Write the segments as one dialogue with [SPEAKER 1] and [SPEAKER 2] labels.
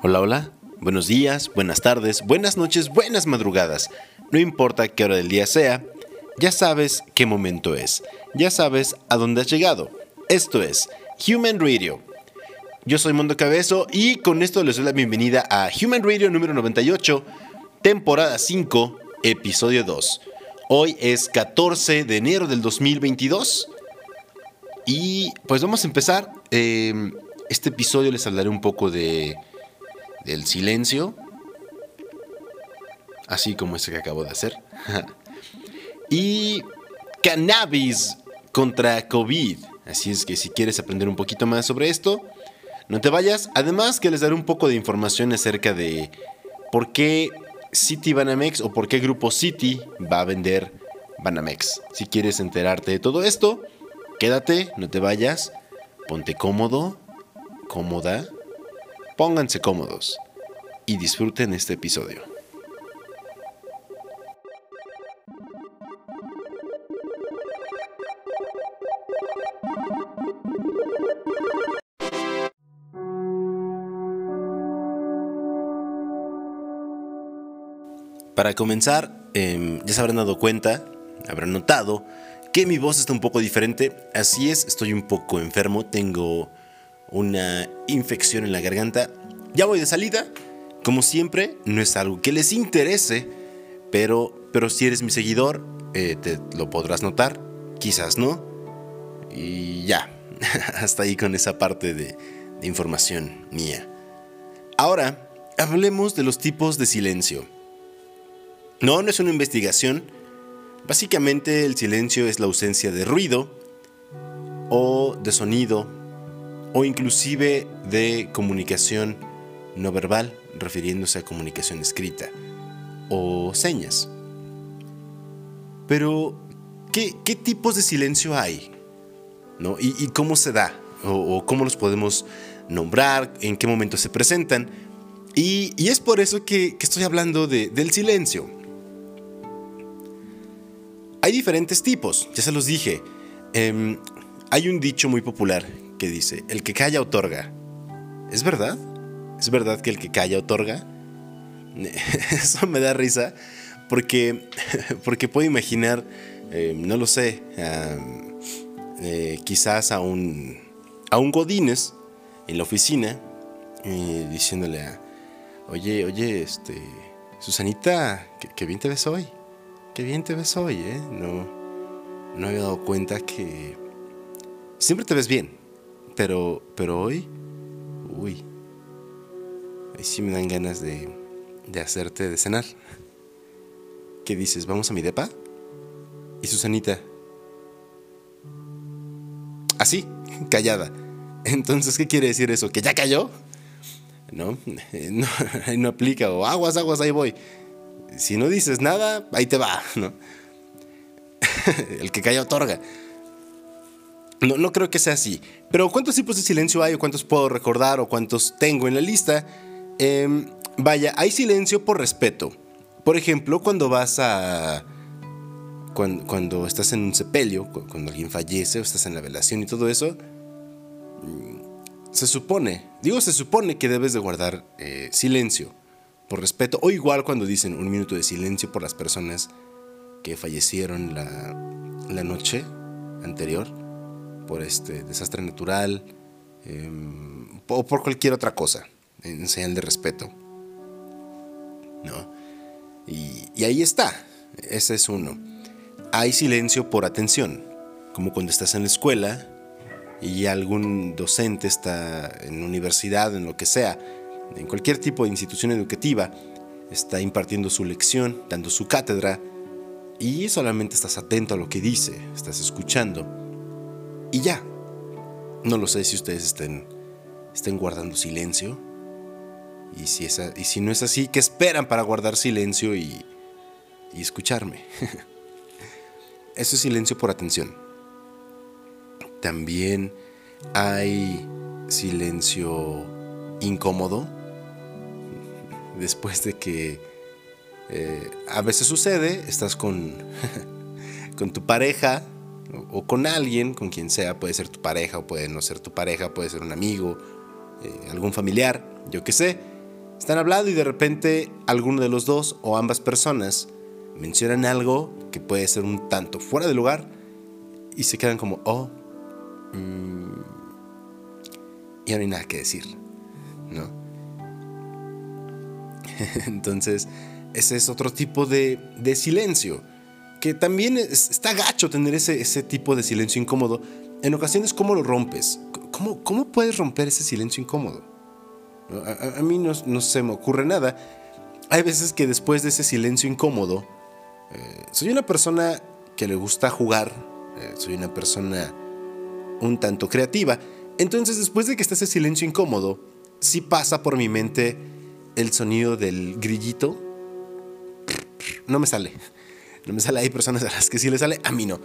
[SPEAKER 1] Hola, hola. Buenos días, buenas tardes, buenas noches, buenas madrugadas. No importa qué hora del día sea, ya sabes qué momento es. Ya sabes a dónde has llegado. Esto es Human Radio. Yo soy Mondo Cabezo y con esto les doy la bienvenida a Human Radio número 98, temporada 5, episodio 2. Hoy es 14 de enero del 2022 y pues vamos a empezar. Este episodio les hablaré un poco del silencio, así como este que acabo de hacer. Y cannabis contra COVID. Así es que si quieres aprender un poquito más sobre esto, no te vayas. Además que les daré un poco de información acerca de por qué City Banamex o por qué Grupo City va a vender Banamex. Si quieres enterarte de todo esto, quédate, no te vayas. Ponte cómodo, cómoda, pónganse cómodos y disfruten este episodio. Para comenzar, ya se habrán dado cuenta, habrán notado que mi voz está un poco diferente. Así es, estoy un poco enfermo, tengo una infección en la garganta. Ya voy de salida, como siempre, no es algo que les interese, pero si eres mi seguidor, te lo podrás notar, quizás no. Y ya, hasta ahí con esa parte de información mía. Ahora, hablemos de los tipos de silencio. No es una investigación. Básicamente el silencio es la ausencia de ruido o de sonido o inclusive de comunicación no verbal, refiriéndose a comunicación escrita o señas. Pero, ¿qué tipos de silencio hay? ¿No? ¿Y cómo se da? ¿O cómo los podemos nombrar? ¿En qué momento se presentan? Y es por eso que estoy hablando del silencio. Hay diferentes tipos, ya se los dije. Hay un dicho muy popular que dice: el que calla otorga. ¿Es verdad? ¿Es verdad que el que calla otorga? Eso me da risa porque puedo imaginar, no lo sé, quizás a un godínez en la oficina diciéndole oye, Susanita, que bien te ves hoy. Qué bien te ves hoy, ¿eh? No me había dado cuenta que siempre te ves bien, pero hoy, uy, ahí sí me dan ganas de hacerte de cenar. ¿Qué dices? ¿Vamos a mi depa? Y Susanita, así, callada. Entonces, ¿qué quiere decir eso? ¿Que ya cayó? No aplica. O aguas, ahí voy. Si no dices nada, ahí te va, ¿no? El que calla otorga. No creo que sea así. Pero ¿cuántos tipos de silencio hay? ¿O cuántos puedo recordar? ¿O cuántos tengo en la lista? Vaya, hay silencio por respeto. Por ejemplo, cuando vas a... Cuando estás en un sepelio, cuando alguien fallece o estás en la velación y todo eso, se supone que debes de guardar silencio por respeto, o igual cuando dicen un minuto de silencio por las personas que fallecieron la noche anterior por desastre natural, o por cualquier otra cosa, en señal de respeto, ¿no? Y ahí está, ese es uno. Hay silencio por atención, como cuando estás en la escuela y algún docente está en la universidad, en lo que sea, en cualquier tipo de institución educativa, está impartiendo su lección, dando su cátedra, y solamente estás atento a lo que dice, estás escuchando, y ya. No lo sé si ustedes estén guardando silencio, y si no es así, ¿qué esperan para guardar silencio y escucharme? Eso es silencio por atención. También hay silencio incómodo, después de que a veces sucede, estás con tu pareja o con alguien, con quien sea, puede ser tu pareja o puede no ser tu pareja, puede ser un amigo, algún familiar, yo qué sé, Están hablando y de repente alguno de los dos o ambas personas mencionan algo que puede ser un tanto fuera de lugar y se quedan como, y no hay nada que decir, ¿no? Entonces, ese es otro tipo de silencio, que también está gacho tener ese tipo de silencio incómodo. En ocasiones, ¿cómo lo rompes? ¿Cómo puedes romper ese silencio incómodo? A mí no se me ocurre nada. Hay veces que después de ese silencio incómodo, soy una persona que le gusta jugar, soy una persona un tanto creativa. Entonces, después de que está ese silencio incómodo, sí pasa por mi mente el sonido del grillito. No me sale. Hay personas a las que sí le sale, a mí no.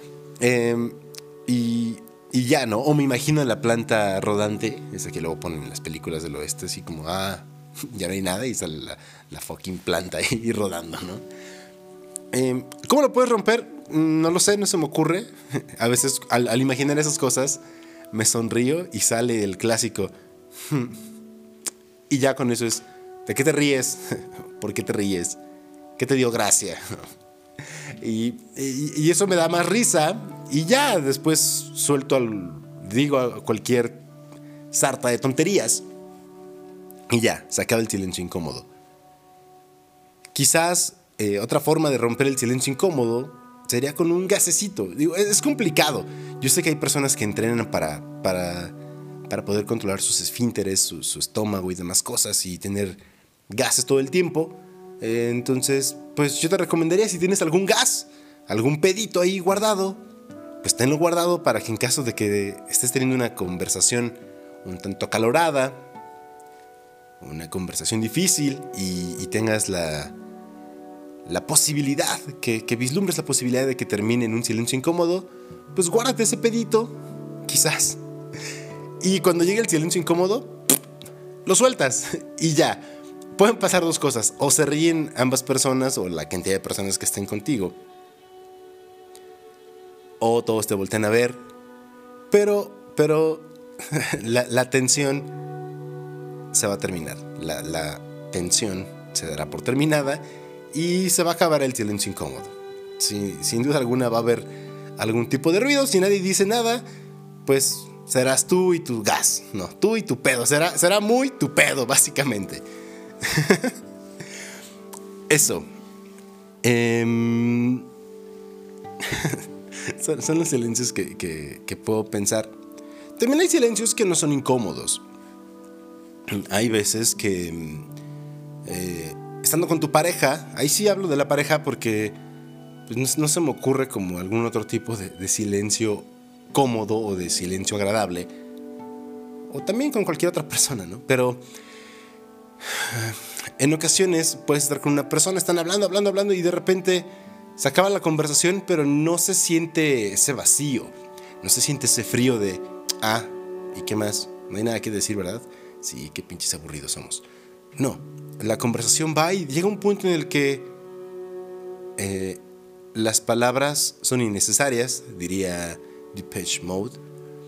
[SPEAKER 1] Y ya, ¿no? O me imagino la planta rodante, esa que luego ponen en las películas del oeste, así como, ya no hay nada y sale la fucking planta ahí rodando, ¿no? ¿Cómo lo puedes romper? No lo sé, no se me ocurre. A veces al imaginar esas cosas me sonrío y sale el clásico. Y ya con eso es, ¿de qué te ríes? ¿Por qué te ríes? ¿Qué te dio gracia? Y eso me da más risa. Y ya después suelto digo cualquier sarta de tonterías. Y ya, se acaba el silencio incómodo. Quizás otra forma de romper el silencio incómodo sería con un gasecito. Digo, es complicado. Yo sé que hay personas que entrenan para poder controlar sus esfínteres, su estómago y demás cosas y tener gases todo el tiempo. Entonces, pues yo te recomendaría, si tienes algún gas, algún pedito ahí guardado, pues tenlo guardado para que en caso de que estés teniendo una conversación un tanto acalorada, una conversación difícil y tengas la posibilidad, que vislumbres la posibilidad de que termine en un silencio incómodo, pues guárdate ese pedito, quizás. Y cuando llegue el silencio incómodo, lo sueltas y ya. Pueden pasar dos cosas: o se ríen ambas personas o la cantidad de personas que estén contigo, o todos te voltean a ver, pero la tensión se va a terminar. La tensión se dará por terminada y se va a acabar el silencio incómodo. Sin duda alguna va a haber algún tipo de ruido. Si nadie dice nada, pues serás tú y tu gas, no, tú y tu pedo. Será muy tu pedo, básicamente. Eso. Son los silencios que puedo pensar. También hay silencios que no son incómodos. Hay veces que estando con tu pareja, ahí sí hablo de la pareja porque pues no se me ocurre como algún otro tipo de silencio cómodo o de silencio agradable, o también con cualquier otra persona, ¿no? Pero en ocasiones puedes estar con una persona, están hablando y de repente se acaba la conversación, pero no se siente ese vacío, no se siente ese frío de ¿y qué más? No hay nada que decir, ¿verdad? Sí, qué pinches aburridos somos. No, la conversación va y llega un punto en el que las palabras son innecesarias, diría Depeche Mode.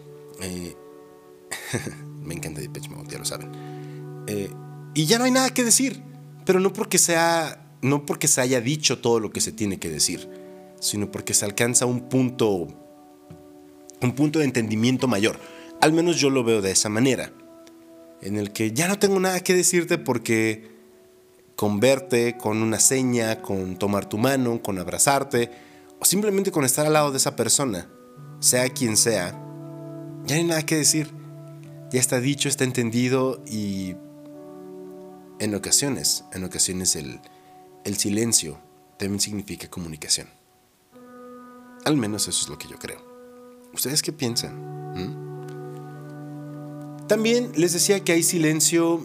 [SPEAKER 1] Me encanta Depeche Mode, ya lo saben. Y ya no hay nada que decir, pero no porque se haya dicho todo lo que se tiene que decir, sino porque se alcanza un punto de entendimiento mayor. Al menos yo lo veo de esa manera, en el que ya no tengo nada que decirte porque con verte, con una seña, con tomar tu mano, con abrazarte, o simplemente con estar al lado de esa persona, sea quien sea, ya no hay nada que decir. Ya está dicho, está entendido y en ocasiones el silencio también significa comunicación. Al menos eso es lo que yo creo. ¿Ustedes qué piensan? También les decía que hay silencio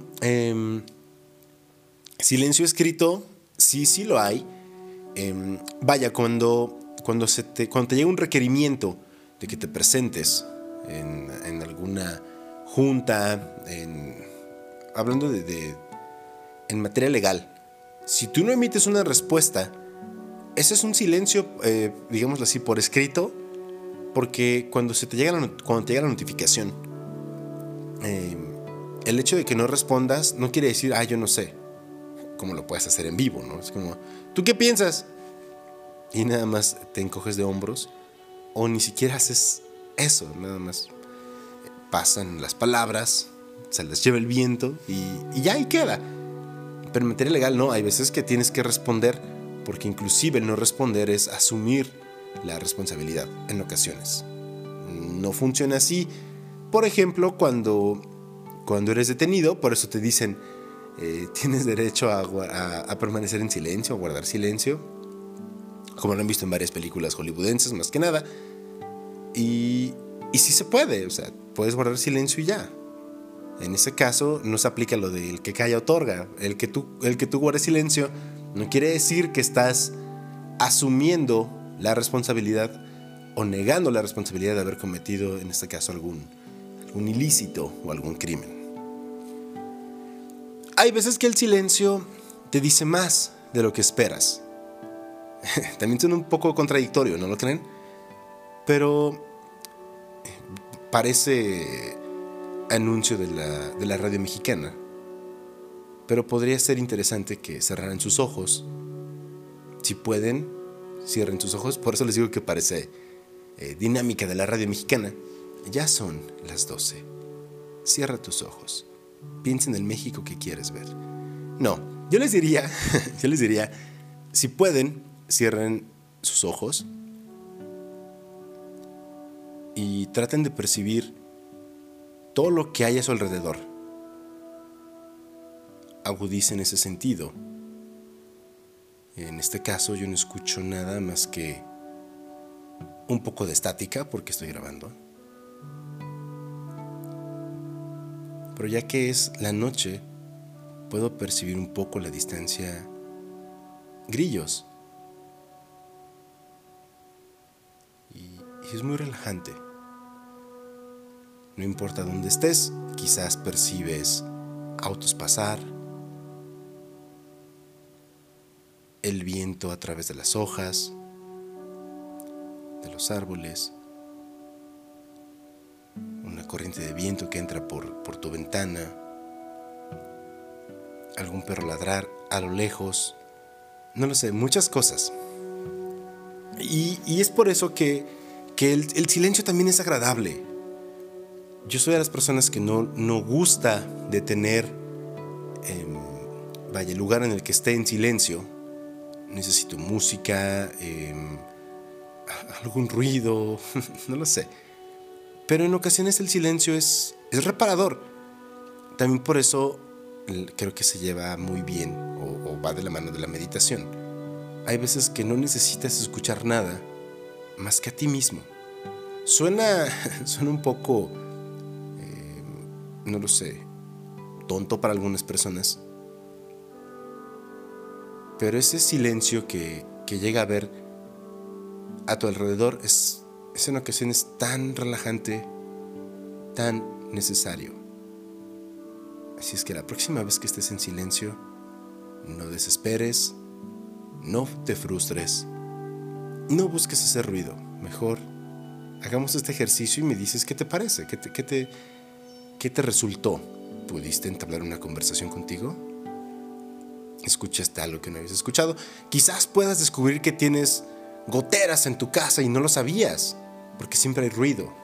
[SPEAKER 1] escrito. Sí lo hay. Vaya, cuando te llega un requerimiento de que te presentes en alguna junta, hablando en materia legal, si tú no emites una respuesta, ese es un silencio, digámoslo así, por escrito, porque cuando te llega la notificación, el hecho de que no respondas no quiere decir, yo no sé, como lo puedes hacer en vivo, ¿no? Es como, ¿tú qué piensas? Y nada más te encoges de hombros, o ni siquiera haces eso, nada más pasan las palabras, se les lleva el viento y ya ahí queda. Pero en materia legal no, hay veces que tienes que responder, porque inclusive el no responder es asumir la responsabilidad en ocasiones. No funciona así. Por ejemplo, cuando eres detenido, por eso te dicen, tienes derecho a permanecer en silencio, a guardar silencio, como lo han visto en varias películas hollywoodenses, más que nada. Y sí se puede, o sea, puedes guardar silencio y ya. En ese caso no se aplica lo del que calla otorga. El que tú guardes silencio no quiere decir que estás asumiendo la responsabilidad o negando la responsabilidad de haber cometido, en este caso, algún ilícito o algún crimen. Hay veces que el silencio te dice más de lo que esperas. También suena un poco contradictorio, ¿no lo creen? Pero parece anuncio de la radio mexicana. Pero podría ser interesante que cerraran sus ojos. Si pueden, cierren sus ojos. Por eso les digo que parece dinámica de la radio mexicana. Ya son las 12. Cierra tus ojos. Piensa en el México que quieres ver. No, yo les diría, si pueden, cierren sus ojos y traten de percibir todo lo que hay a su alrededor. Agudicen ese sentido. En este caso yo no escucho nada más que un poco de estática porque estoy grabando. Pero ya que es la noche, puedo percibir un poco la distancia. Grillos. Y es muy relajante. No importa dónde estés, quizás percibes autos pasar, el viento a través de las hojas, de los árboles, una corriente de viento que entra por tu ventana, algún perro ladrar a lo lejos, no lo sé, muchas cosas. Y es por eso que el silencio también es agradable. Yo soy de las personas que no gusta de tener el lugar en el que esté en silencio. Necesito música, algún ruido, no lo sé. Pero en ocasiones el silencio es reparador. También por eso creo que se lleva muy bien o va de la mano de la meditación. Hay veces que no necesitas escuchar nada más que a ti mismo. Suena un poco, no lo sé, tonto para algunas personas. Pero ese silencio que llega a ver a tu alrededor es en ocasiones tan relajante, tan necesario. Así es que la próxima vez que estés en silencio, no desesperes, no te frustres, no busques hacer ruido. Mejor hagamos este ejercicio y me dices qué te parece, qué te resultó. ¿Pudiste entablar una conversación contigo? ¿Escuchaste algo que no habías escuchado? Quizás puedas descubrir que tienes goteras en tu casa y no lo sabías, porque siempre hay ruido.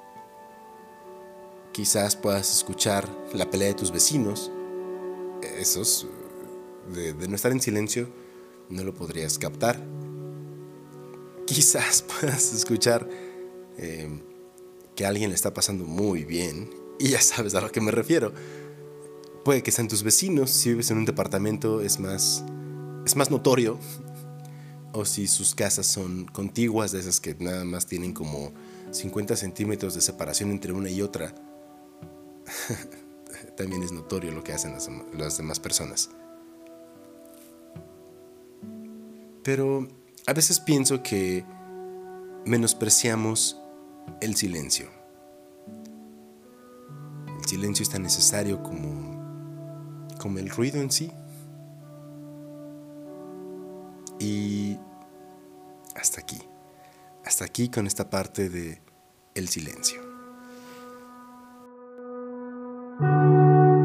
[SPEAKER 1] Quizás puedas escuchar la pelea de tus vecinos. Esos, de no estar en silencio, no lo podrías captar. Quizás puedas escuchar que a alguien le está pasando muy bien, y ya sabes a lo que me refiero. Puede que sean tus vecinos. Si vives en un departamento es más notorio. O si sus casas son contiguas, de esas que nada más tienen como 50 centímetros de separación entre una y otra, también es notorio lo que hacen las demás personas. Pero a veces pienso que menospreciamos el silencio. El silencio es tan necesario como el ruido en sí. Y hasta aquí con esta parte de el silencio.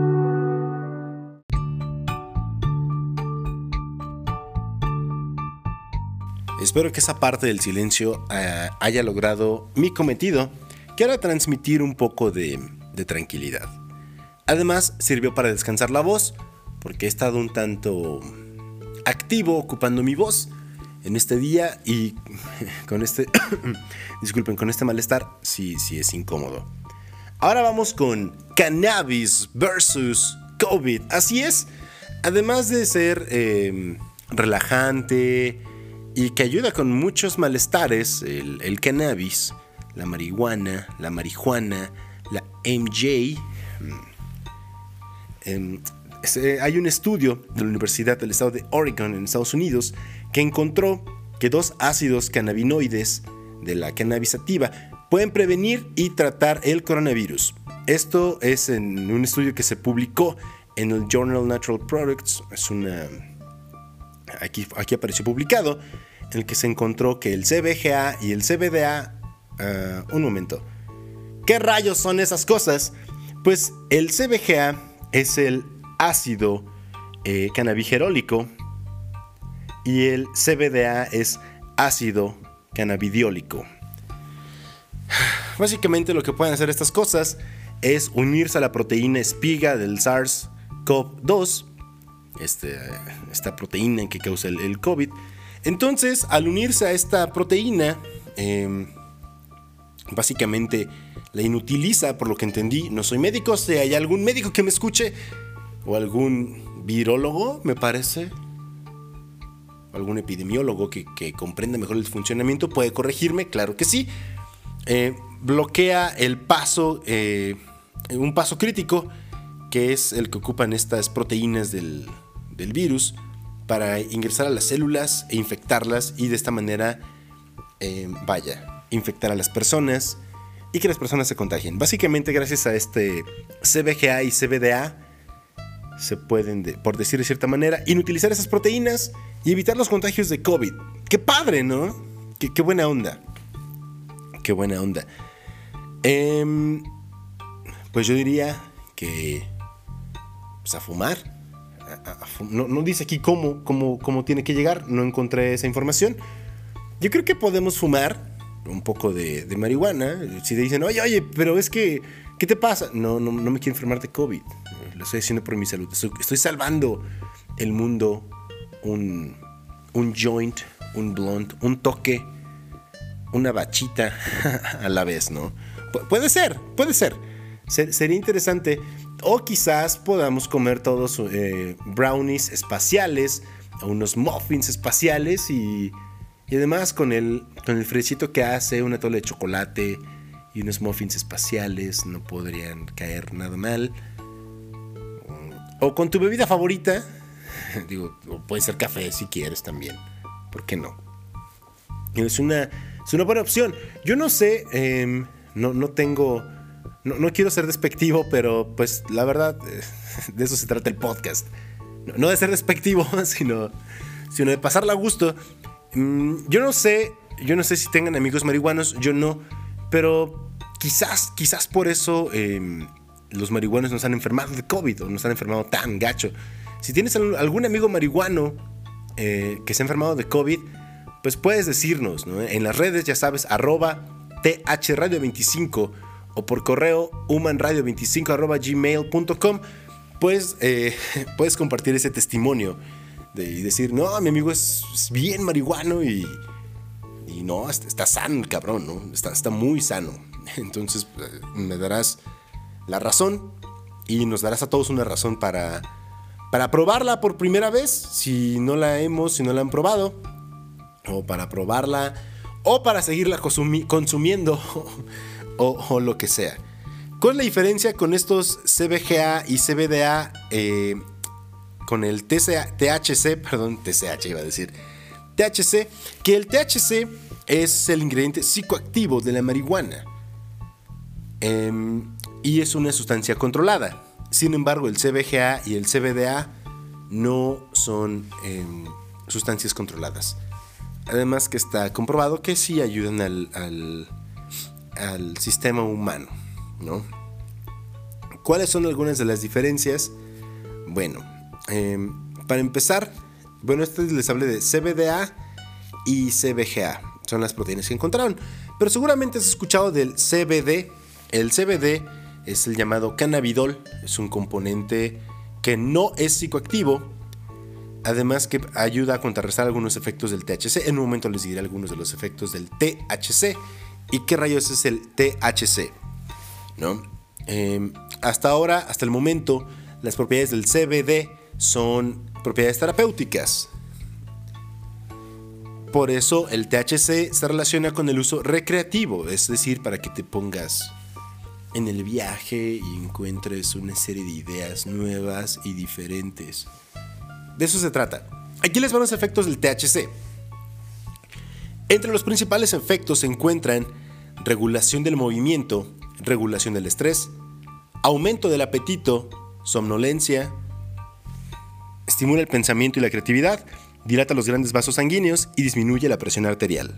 [SPEAKER 1] Espero que esa parte del silencio haya logrado mi cometido, que era transmitir un poco de tranquilidad. Además, sirvió para descansar la voz, porque he estado un tanto activo ocupando mi voz en este día y con este disculpen, con este malestar sí es incómodo. Ahora vamos con cannabis versus COVID. Así es, además de ser relajante y que ayuda con muchos malestares, el cannabis, la marihuana, la MJ. Hay un estudio de la Universidad del Estado de Oregon en Estados Unidos que encontró que 2 ácidos cannabinoides de la cannabis sativa pueden prevenir y tratar el coronavirus. Esto es en un estudio que se publicó en el Journal Natural Products. Aquí apareció publicado, en el que se encontró que el CBGA y el CBDA... un momento. ¿Qué rayos son esas cosas? Pues el CBGA es el ácido cannabigerólico y el CBDA es ácido cannabidiólico. Básicamente lo que pueden hacer estas cosas es unirse a la proteína espiga del SARS-CoV-2, esta proteína que causa el COVID. Entonces, al unirse a esta proteína, básicamente la inutiliza, por lo que entendí. No soy médico, si hay algún médico que me escuche, o algún virólogo, me parece, algún epidemiólogo que comprenda mejor el funcionamiento, puede corregirme, claro que sí. Bloquea el paso, un paso crítico, que es el que ocupan estas proteínas del virus para ingresar a las células e infectarlas, y de esta manera infectar a las personas y que las personas se contagien. Básicamente, gracias a este CBGA y CBDA se pueden, por decir de cierta manera, inutilizar esas proteínas y evitar los contagios de COVID. ¡Qué padre!, ¿no? ¡Qué buena onda! ¡Qué buena onda! Pues yo diría que pues a fumar. No dice aquí cómo tiene que llegar. No encontré esa información. Yo creo que podemos fumar un poco de marihuana. Si te dicen, oye, pero es que, ¿qué te pasa? No me quiero enfermar de COVID. Lo estoy haciendo por mi salud. Estoy salvando el mundo. Un joint, un blunt, un toque, una bachita a la vez, ¿no? Puede ser. Sería interesante. O quizás podamos comer todos brownies espaciales, unos muffins espaciales y además con el fresito que hace, una toalla de chocolate y unos muffins espaciales no podrían caer nada mal. O con tu bebida favorita, digo, puede ser café si quieres también, ¿por qué no? Es una buena opción. Yo no sé, no quiero ser despectivo, pero pues la verdad, de eso se trata el podcast. No de ser despectivo, sino de pasarla a gusto. Yo no sé si tengan amigos marihuanos, yo no, pero quizás por eso los marihuanos nos han enfermado de COVID o nos han enfermado tan gacho. Si tienes algún amigo marihuano que se ha enfermado de COVID, pues puedes decirnos, ¿no? En las redes, ya sabes, @thradio25 o por correo humanradio25@gmail.com. Pues puedes compartir ese testimonio y decir, no, mi amigo es bien marihuano y no, está sano el cabrón, ¿no? Está muy sano. Entonces me darás la razón y nos darás a todos una razón para probarla por primera vez, si no la han probado, o para probarla, o para seguirla consumiendo, o lo que sea. ¿Cuál es la diferencia con estos CBGA y CBDA con el THC, iba a decir THC, que el THC es el ingrediente psicoactivo de la marihuana y es una sustancia controlada. Sin embargo, el CBGA y el CBDA no son sustancias controladas. Además que está comprobado que sí ayudan al sistema humano, ¿no? ¿Cuáles son algunas de las diferencias? Bueno, para empezar, les hablé de CBDA y CBGA. Son las proteínas que encontraron. Pero seguramente has escuchado del CBD. El CBD es el llamado cannabidol. Es un componente que no es psicoactivo. Además que ayuda a contrarrestar algunos efectos del THC. En un momento les diré algunos de los efectos del THC. ¿Y qué rayos es el THC? ¿No? Hasta ahora, hasta el momento, las propiedades del CBD son propiedades terapéuticas. Por eso el THC se relaciona con el uso recreativo, es decir, para que te pongas en el viaje y encuentres una serie de ideas nuevas y diferentes. De eso se trata. Aquí les van los efectos del THC. Entre los principales efectos se encuentran regulación del movimiento, regulación del estrés, aumento del apetito, somnolencia, estimula el pensamiento y la creatividad, dilata los grandes vasos sanguíneos y disminuye la presión arterial.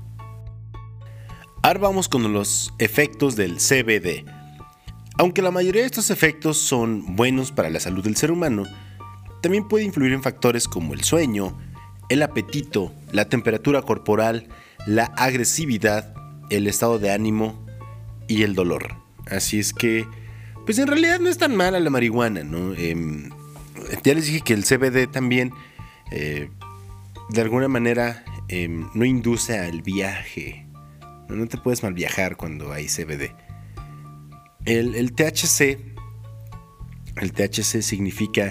[SPEAKER 1] Ahora vamos con los efectos del CBD. Aunque la mayoría de estos efectos son buenos para la salud del ser humano, también puede influir en factores como el sueño, el apetito, la temperatura corporal, la agresividad, el estado de ánimo y el dolor. Así es que, pues en realidad no es tan mala la marihuana, ¿no? Ya les dije que el CBD también, de alguna manera, no induce al viaje. No te puedes mal viajar cuando hay CBD. El THC significa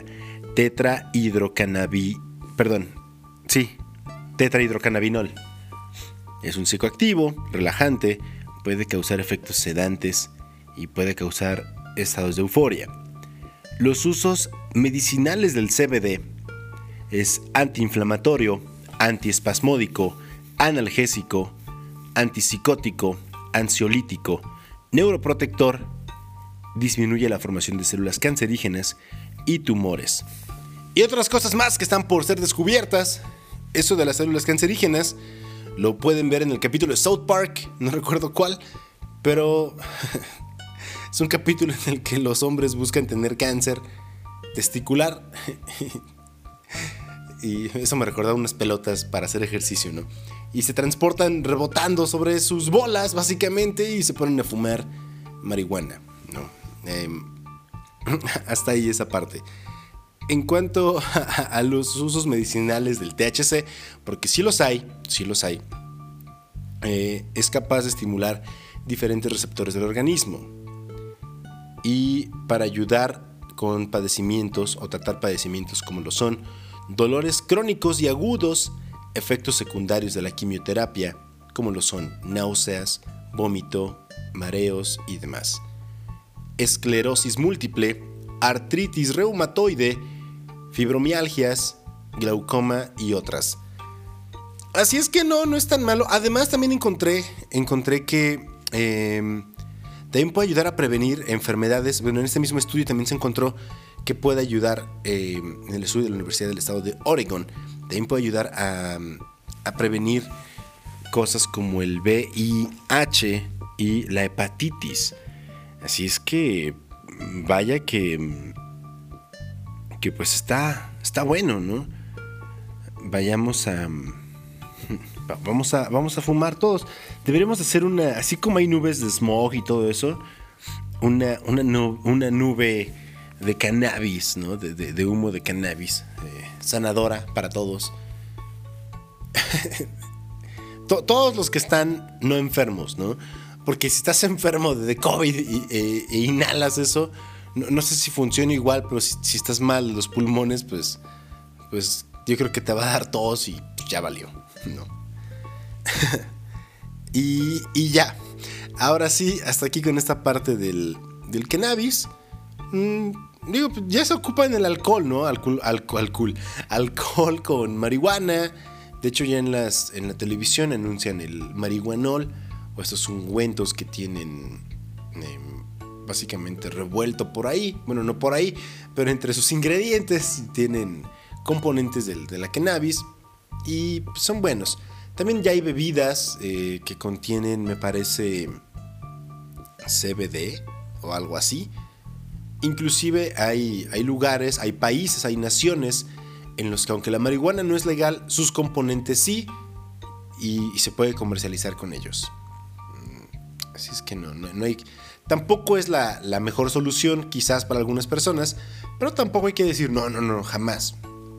[SPEAKER 1] tetrahidrocannabinol. Es un psicoactivo, relajante, puede causar efectos sedantes y puede causar estados de euforia. Los usos medicinales del CBD es antiinflamatorio, antiespasmódico, analgésico, antipsicótico, ansiolítico, neuroprotector, disminuye la formación de células cancerígenas y tumores. Y otras cosas más que están por ser descubiertas. Eso de las células cancerígenas lo pueden ver en el capítulo de South Park, no recuerdo cuál, pero es un capítulo en el que los hombres buscan tener cáncer testicular. Y eso me recordaba unas pelotas para hacer ejercicio, ¿no? Y se transportan rebotando sobre sus bolas, básicamente, y se ponen a fumar marihuana, ¿no? Hasta ahí esa parte. En cuanto a los usos medicinales del THC, porque sí los hay, es capaz de estimular diferentes receptores del organismo. Y para ayudar con padecimientos o tratar padecimientos como lo son dolores crónicos y agudos, efectos secundarios de la quimioterapia, como lo son náuseas, vómito, mareos y demás. Esclerosis múltiple, artritis reumatoide, fibromialgias, glaucoma y otras. Así es que no es tan malo. Además también encontré que también puede ayudar a prevenir enfermedades. Bueno, en este mismo estudio también se encontró que puede ayudar, en el estudio de la Universidad del Estado de Oregon, también puede ayudar a prevenir cosas como el VIH y la hepatitis. Así es que vaya que pues está bueno, ¿no? Vamos a fumar todos. Deberíamos hacer así como hay nubes de smog y todo eso, una nube de cannabis, ¿no? De humo de cannabis, sanadora para todos. Todos los que están no enfermos, ¿no? Porque si estás enfermo de COVID e inhalas eso, no sé si funciona igual, pero si estás mal de los pulmones, pues yo creo que te va a dar tos y ya valió, ¿no? y ya. Ahora sí, hasta aquí con esta parte del cannabis. Digo, ya se ocupa en el alcohol, ¿no? Alcohol con marihuana. De hecho, ya en la televisión anuncian el marihuanol, o estos ungüentos que tienen básicamente revuelto por ahí. Bueno, no por ahí, pero entre sus ingredientes tienen componentes de la cannabis y son buenos. También ya hay bebidas que contienen, me parece, CBD o algo así. Inclusive hay lugares, hay países, hay naciones en los que, aunque la marihuana no es legal, sus componentes sí. y se puede comercializar con ellos. Así es que no hay... Tampoco es la mejor solución quizás para algunas personas, pero tampoco hay que decir no, jamás.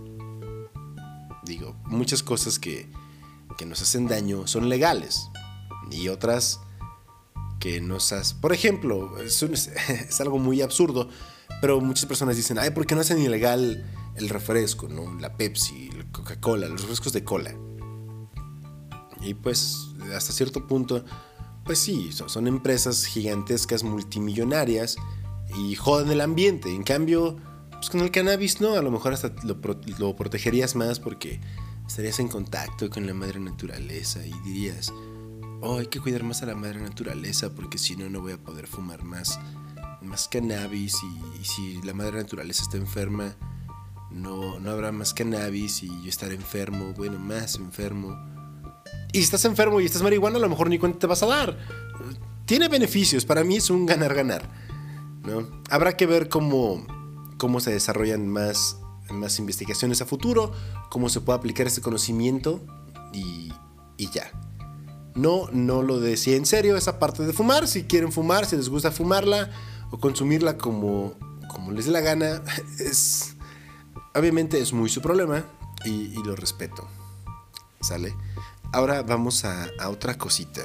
[SPEAKER 1] Digo, muchas cosas que nos hacen daño son legales y otras que nos hacen... Por ejemplo, es algo muy absurdo, pero muchas personas dicen, ay, ¿por qué no hacen ilegal el refresco, ¿no? La Pepsi, la Coca-Cola, los refrescos de cola? Y pues hasta cierto punto, pues sí, son empresas gigantescas, multimillonarias y joden el ambiente. En cambio, pues con el cannabis no, a lo mejor hasta lo protegerías más porque estarías en contacto con la madre naturaleza y dirías, oh, hay que cuidar más a la madre naturaleza porque si no voy a poder fumar más cannabis y si la madre naturaleza está enferma, no habrá más cannabis y yo estaré enfermo, bueno, más enfermo. Y si estás enfermo y estás marihuana, a lo mejor ni cuenta te vas a dar. Tiene beneficios, para mí es un ganar-ganar, ¿no? Habrá que ver cómo se desarrollan más investigaciones a futuro, cómo se puede aplicar este conocimiento y ya. No lo decía en serio esa parte de fumar. Si quieren fumar, si les gusta fumarla o consumirla como les dé la gana, obviamente es muy su problema y lo respeto. ¿Sale? Ahora vamos a otra cosita.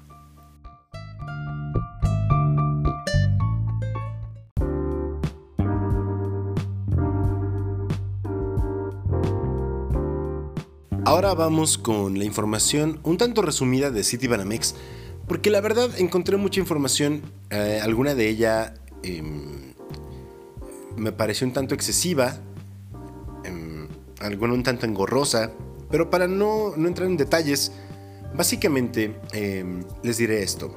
[SPEAKER 1] Ahora vamos con la información un tanto resumida de Citibanamex, porque la verdad encontré mucha información, alguna de ella me pareció un tanto excesiva, alguna un tanto engorrosa, pero para no entrar en detalles, básicamente les diré esto.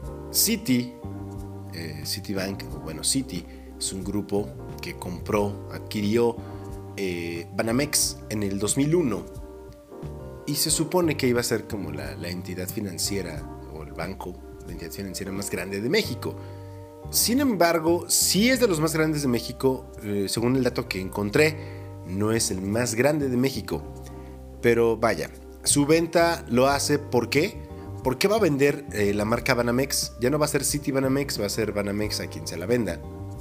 [SPEAKER 1] Citibank, o bueno, Citi, es un grupo que adquirió Banamex en el 2001. Y se supone que iba a ser como la entidad financiera o el banco, la entidad financiera más grande de México. Sin embargo, sí es de los más grandes de México, según el dato que encontré, no es el más grande de México. Pero vaya, su venta lo hace, ¿por qué? Porque va a vender la marca Banamex. Ya no va a ser Citibanamex, va a ser Banamex a quien se la venda.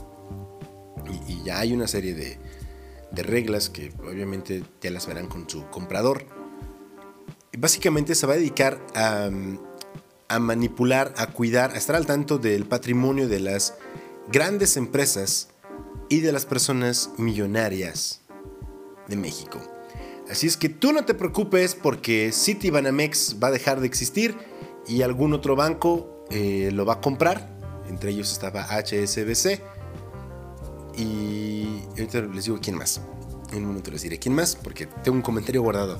[SPEAKER 1] Y ya hay una serie de reglas que obviamente ya las verán con su comprador. Básicamente se va a dedicar a manipular, a cuidar, a estar al tanto del patrimonio de las grandes empresas y de las personas millonarias de México. Así es que tú no te preocupes porque Citibanamex va a dejar de existir y algún otro banco lo va a comprar. Entre ellos estaba HSBC y ahorita les digo quién más. En un momento les diré quién más porque tengo un comentario guardado.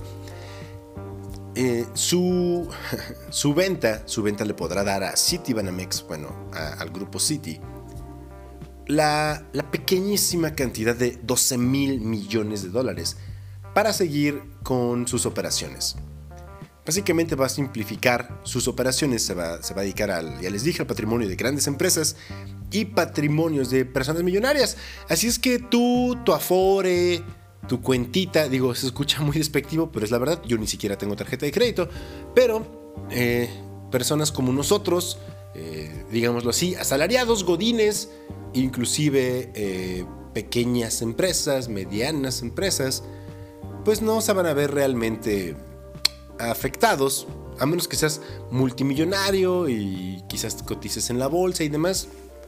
[SPEAKER 1] Su venta le podrá dar a Citibanamex, bueno, al grupo Citi, la pequeñísima cantidad de $12,000 millones para seguir con sus operaciones. Básicamente va a simplificar sus operaciones, se va a dedicar ya les dije, al patrimonio de grandes empresas y patrimonios de personas millonarias. Así es que tu Afore, tu cuentita, digo, se escucha muy despectivo, pero es la verdad, yo ni siquiera tengo tarjeta de crédito, pero personas como nosotros, digámoslo así, asalariados, godines, inclusive pequeñas empresas, medianas empresas, pues no se van a ver realmente afectados, a menos que seas multimillonario y quizás cotices en la bolsa y demás,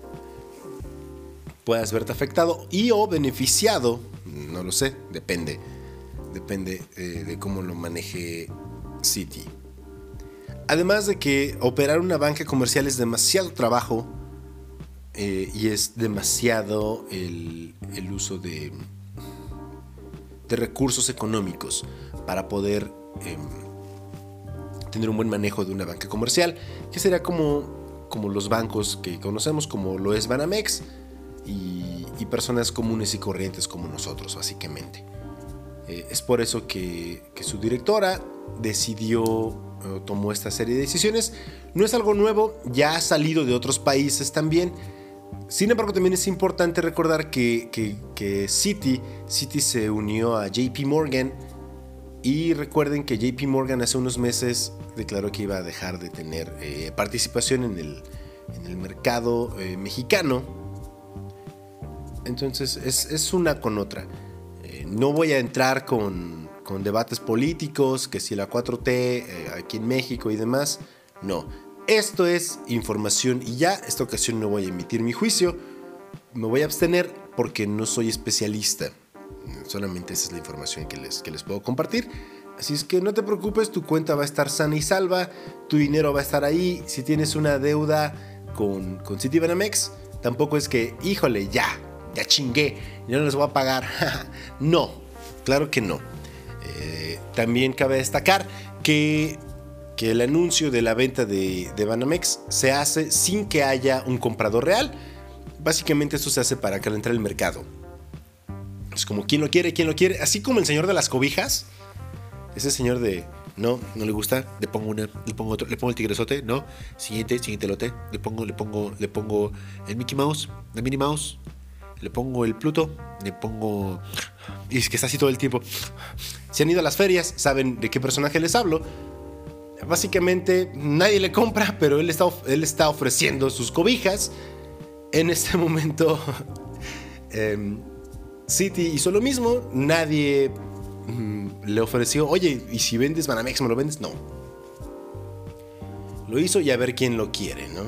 [SPEAKER 1] puedas verte afectado o beneficiado. No lo sé, depende de cómo lo maneje Citi. Además de que operar una banca comercial es demasiado trabajo y es demasiado el uso de recursos económicos para poder tener un buen manejo de una banca comercial, que sería como los bancos que conocemos, como lo es Banamex y personas comunes y corrientes como nosotros, básicamente. Es por eso que su directora tomó esta serie de decisiones. No es algo nuevo, ya ha salido de otros países también. Sin embargo, también es importante recordar que Citi se unió a JP Morgan Y recuerden que JP Morgan hace unos meses declaró que iba a dejar de tener participación en el mercado mexicano. Entonces es una con otra. No voy a entrar con debates políticos, que si la 4T aquí en México y demás. No, esto es información y ya. Esta ocasión no voy a emitir mi juicio. Me voy a abstener porque no soy especialista. Solamente esa es la información que les puedo compartir. Así es que no te preocupes, tu cuenta va a estar sana y salva, tu dinero va a estar ahí. Si tienes una deuda con Citibanamex, tampoco es que, híjole, ya chingué, ya no les voy a pagar. No, claro que no. También cabe destacar que el anuncio de la venta de Banamex se hace sin que haya un comprador real. Básicamente esto se hace para calentar el mercado. Es como, ¿quién lo quiere? Así como el señor de las cobijas. Ese señor de, no le gusta, le pongo una, le pongo otro, le pongo el tigresote, no, siguiente lote, le pongo el Mickey Mouse, la Minnie Mouse, le pongo el Pluto, le pongo... Y es que está así todo el tiempo. Si han ido a las ferias, saben de qué personaje les hablo. Básicamente nadie le compra, pero él está ofreciendo sus cobijas. En este momento Citi hizo lo mismo. Nadie le ofreció, oye, ¿y si vendes Banamex me lo vendes? No. Lo hizo y a ver quién lo quiere, ¿no?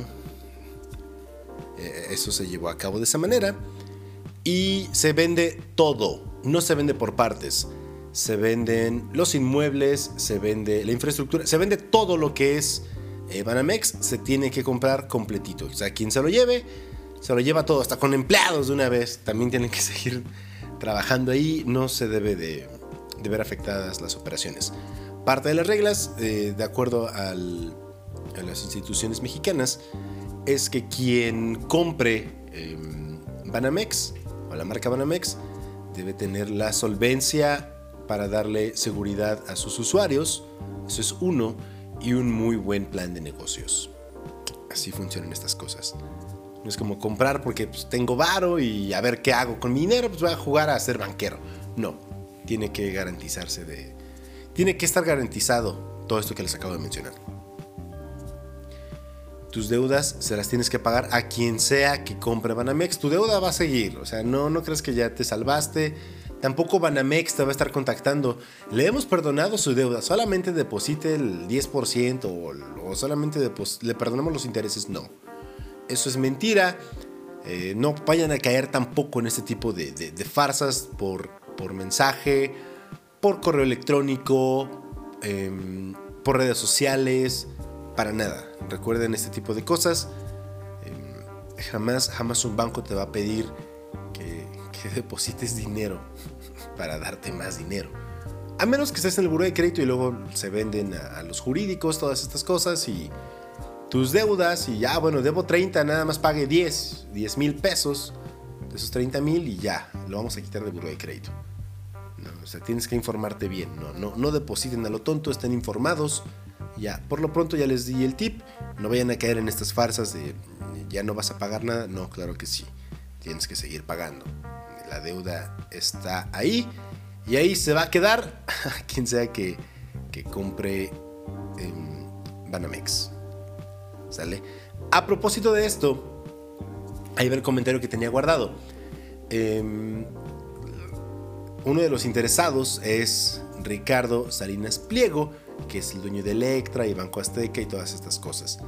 [SPEAKER 1] Eso se llevó a cabo de esa manera. Y se vende todo, no se vende por partes. Se venden los inmuebles, se vende la infraestructura, se vende todo lo que es Banamex. Se tiene que comprar completito. O sea, quien se lo lleve, se lo lleva todo, hasta con empleados de una vez. También tienen que seguir trabajando ahí. No se debe de ver afectadas las operaciones. Parte de las reglas, de acuerdo a las instituciones mexicanas, es que quien compre Banamex o la marca Banamex debe tener la solvencia para darle seguridad a sus usuarios. Eso es uno, y un muy buen plan de negocios. Así funcionan estas cosas. No es como comprar porque pues, tengo varo y a ver qué hago con mi dinero, pues voy a jugar a ser banquero. No, tiene que estar garantizado todo esto que les acabo de mencionar. Tus deudas se las tienes que pagar a quien sea que compre Banamex. Tu deuda va a seguir, o sea, no crees que ya te salvaste. Tampoco Banamex te va a estar contactando. Le hemos perdonado su deuda, solamente deposite el 10% o solamente le perdonamos los intereses. No, eso es mentira. No vayan a caer tampoco en este tipo de farsas por mensaje, por correo electrónico, por redes sociales. Para nada. Recuerden este tipo de cosas. Jamás un banco te va a pedir que deposites dinero para darte más dinero. A menos que estés en el buró de crédito y luego se venden a los jurídicos todas estas cosas y tus deudas y ya, bueno, debo 30, nada más pague 10 mil pesos de esos 30 mil y ya, lo vamos a quitar del buró de crédito. No, o sea, tienes que informarte bien. No depositen a lo tonto, estén informados. Ya, por lo pronto ya les di el tip. No vayan a caer en estas farsas de ya no vas a pagar nada. No, claro que sí. Tienes que seguir pagando. La deuda está ahí y ahí se va a quedar quien sea que compre Banamex. ¿Sale? A propósito de esto, ahí va el comentario que tenía guardado. Uno de los interesados es Ricardo Salinas Pliego, que es el dueño de Electra y Banco Azteca y todas estas cosas.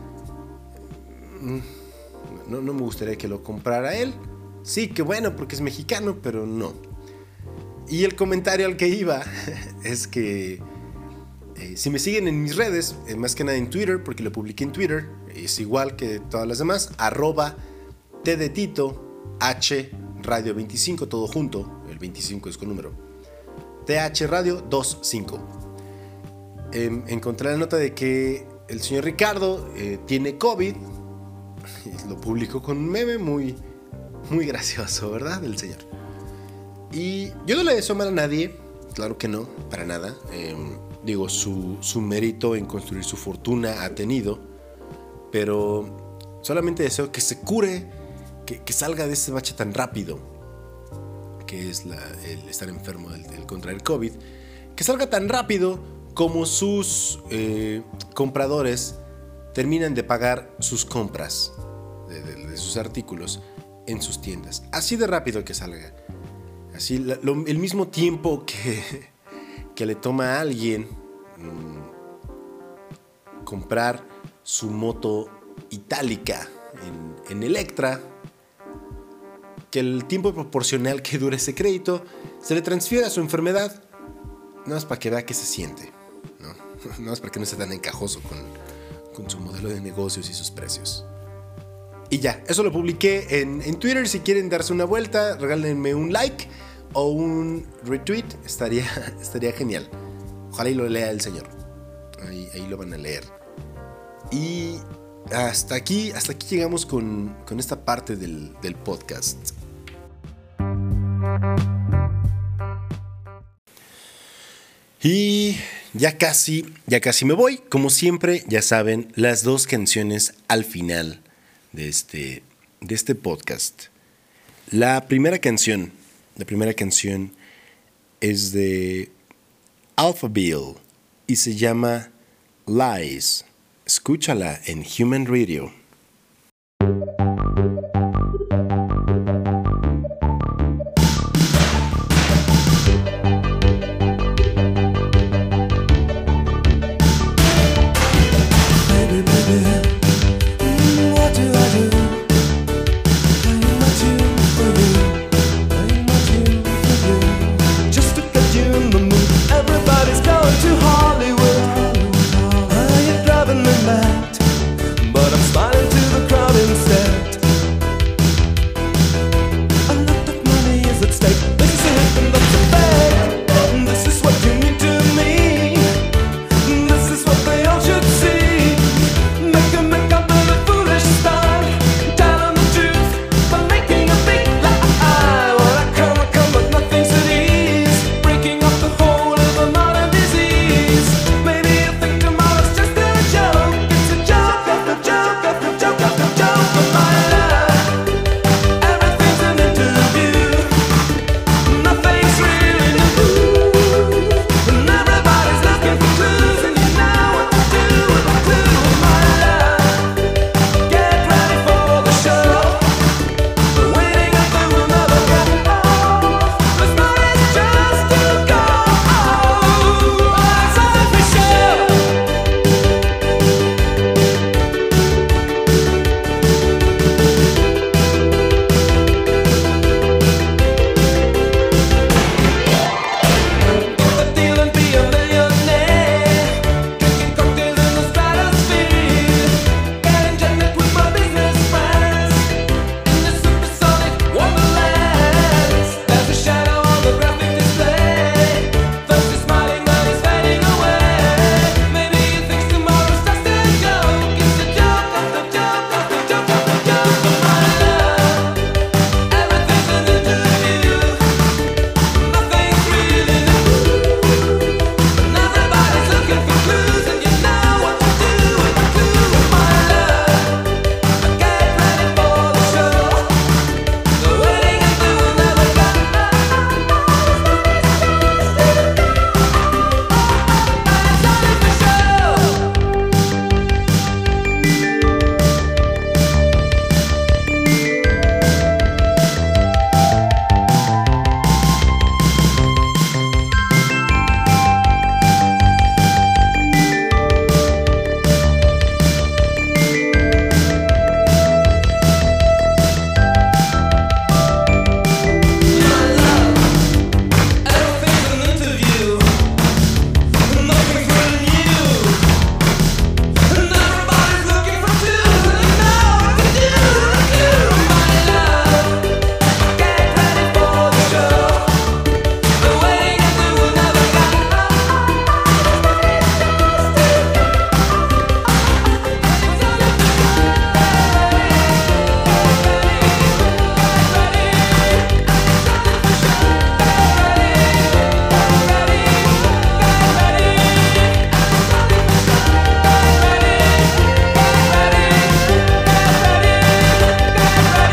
[SPEAKER 1] No me gustaría que lo comprara él. Sí, que bueno, porque es mexicano, pero no. Y el comentario al que iba es que si me siguen en mis redes, más que nada en Twitter, porque lo publiqué en Twitter, es igual que todas las demás, @T de Tito, H Radio 25, todo junto, el 25 es con número, TH Radio 25. Encontré la nota de que el señor Ricardo tiene COVID. Lo publicó con un meme muy gracioso, ¿verdad? El señor. Y yo no le deseo mal a nadie, claro que no, para nada. Digo, su mérito en construir su fortuna ha tenido, pero solamente deseo que se cure, que salga de ese bache tan rápido, que es el estar enfermo, el contraer COVID, que salga tan rápido como sus compradores terminan de pagar sus compras de sus artículos en sus tiendas. Así de rápido que salga. Así, el mismo tiempo que le toma a alguien comprar su moto itálica en Electra, que el tiempo proporcional que dure ese crédito se le transfiere a su enfermedad, nada más para que vea qué se siente, ¿no? Nada más para que no sea tan encajoso con su modelo de negocios y sus precios. Y ya, eso lo publiqué en Twitter. Si quieren darse una vuelta, regálenme un like o un retweet, estaría genial. Ojalá y lo lea el señor. Ahí lo van a leer. Y hasta aquí llegamos con esta parte del podcast. Y ya casi me voy. Como siempre, ya saben, las 2 canciones al final de este podcast. La primera canción es de Alphaville y se llama Lies. Escúchala en Human Radio.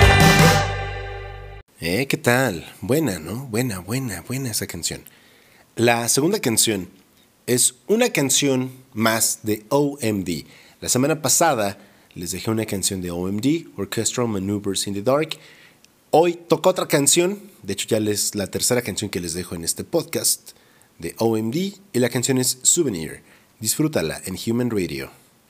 [SPEAKER 1] ¿Qué tal? Buena, ¿no? Buena esa canción. La segunda canción es una canción más de OMD. La semana pasada les dejé una canción de OMD, Orchestral Maneuvers in the Dark. Hoy toca otra canción, de hecho ya es la tercera canción que les dejo en este podcast de OMD, y la canción es Souvenir. Disfrútala en Human Radio.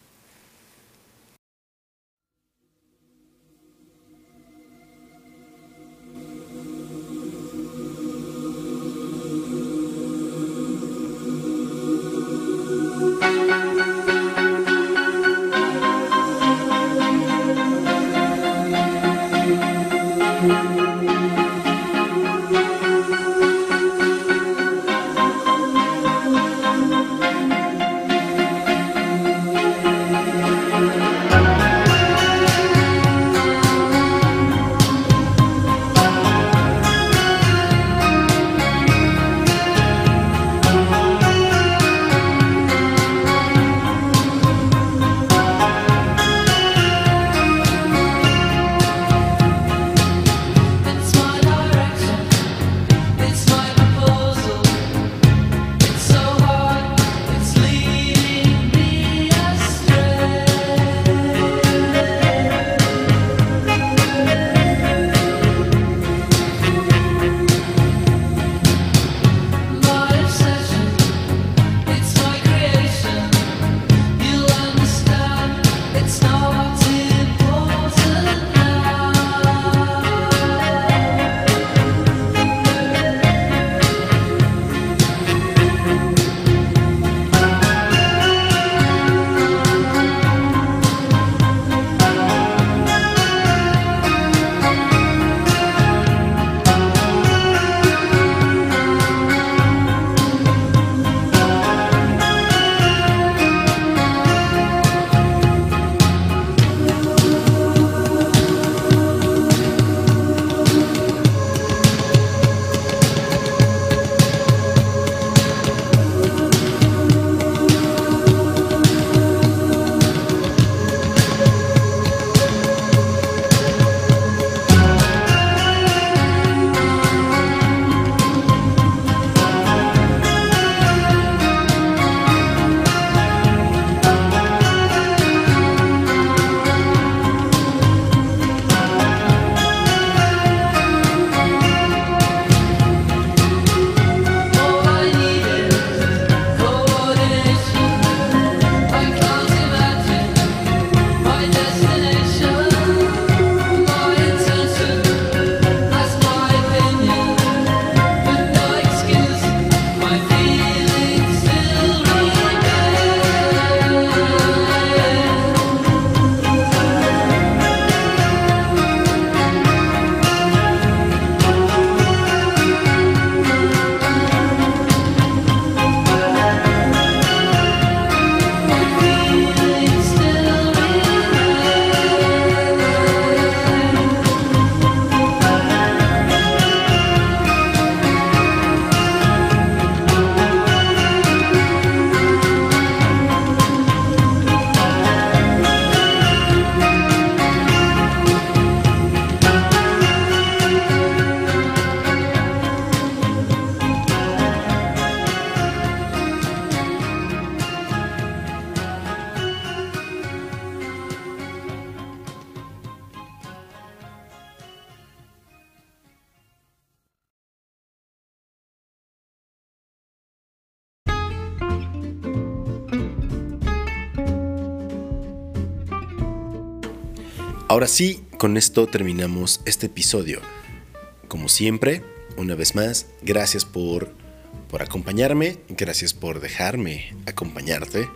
[SPEAKER 1] Ahora sí, con esto terminamos este episodio. Como siempre, una vez más, gracias por acompañarme, gracias por dejarme acompañarte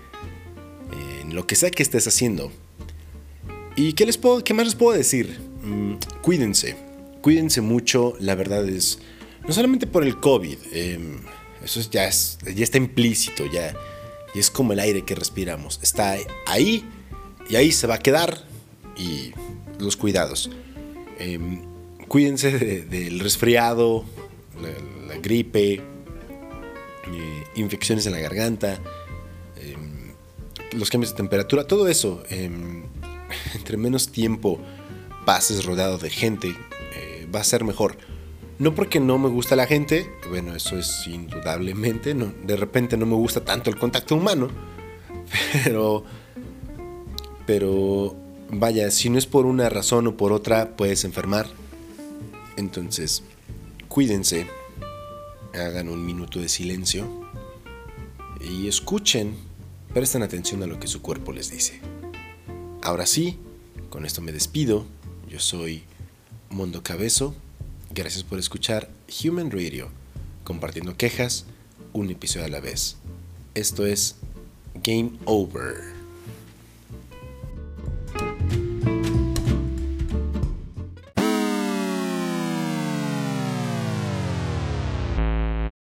[SPEAKER 1] en lo que sea que estés haciendo. ¿Y qué más les puedo decir? Cuídense mucho, la verdad es, no solamente por el COVID, eso ya está implícito, ya es como el aire que respiramos, está ahí y ahí se va a quedar. Y los cuidados. Cuídense del resfriado, la gripe, infecciones en la garganta, los cambios de temperatura, todo eso. Entre menos tiempo pases rodeado de gente, va a ser mejor. No porque no me gusta la gente, bueno, eso es indudablemente, no, de repente no me gusta tanto el contacto humano, pero vaya, si no es por una razón o por otra, puedes enfermar. Entonces, cuídense, hagan un minuto de silencio y escuchen, presten atención a lo que su cuerpo les dice. Ahora sí, con esto me despido. Yo soy Mondo Cabezo. Gracias por escuchar Human Radio, compartiendo quejas, un episodio a la vez. Esto es Game Over.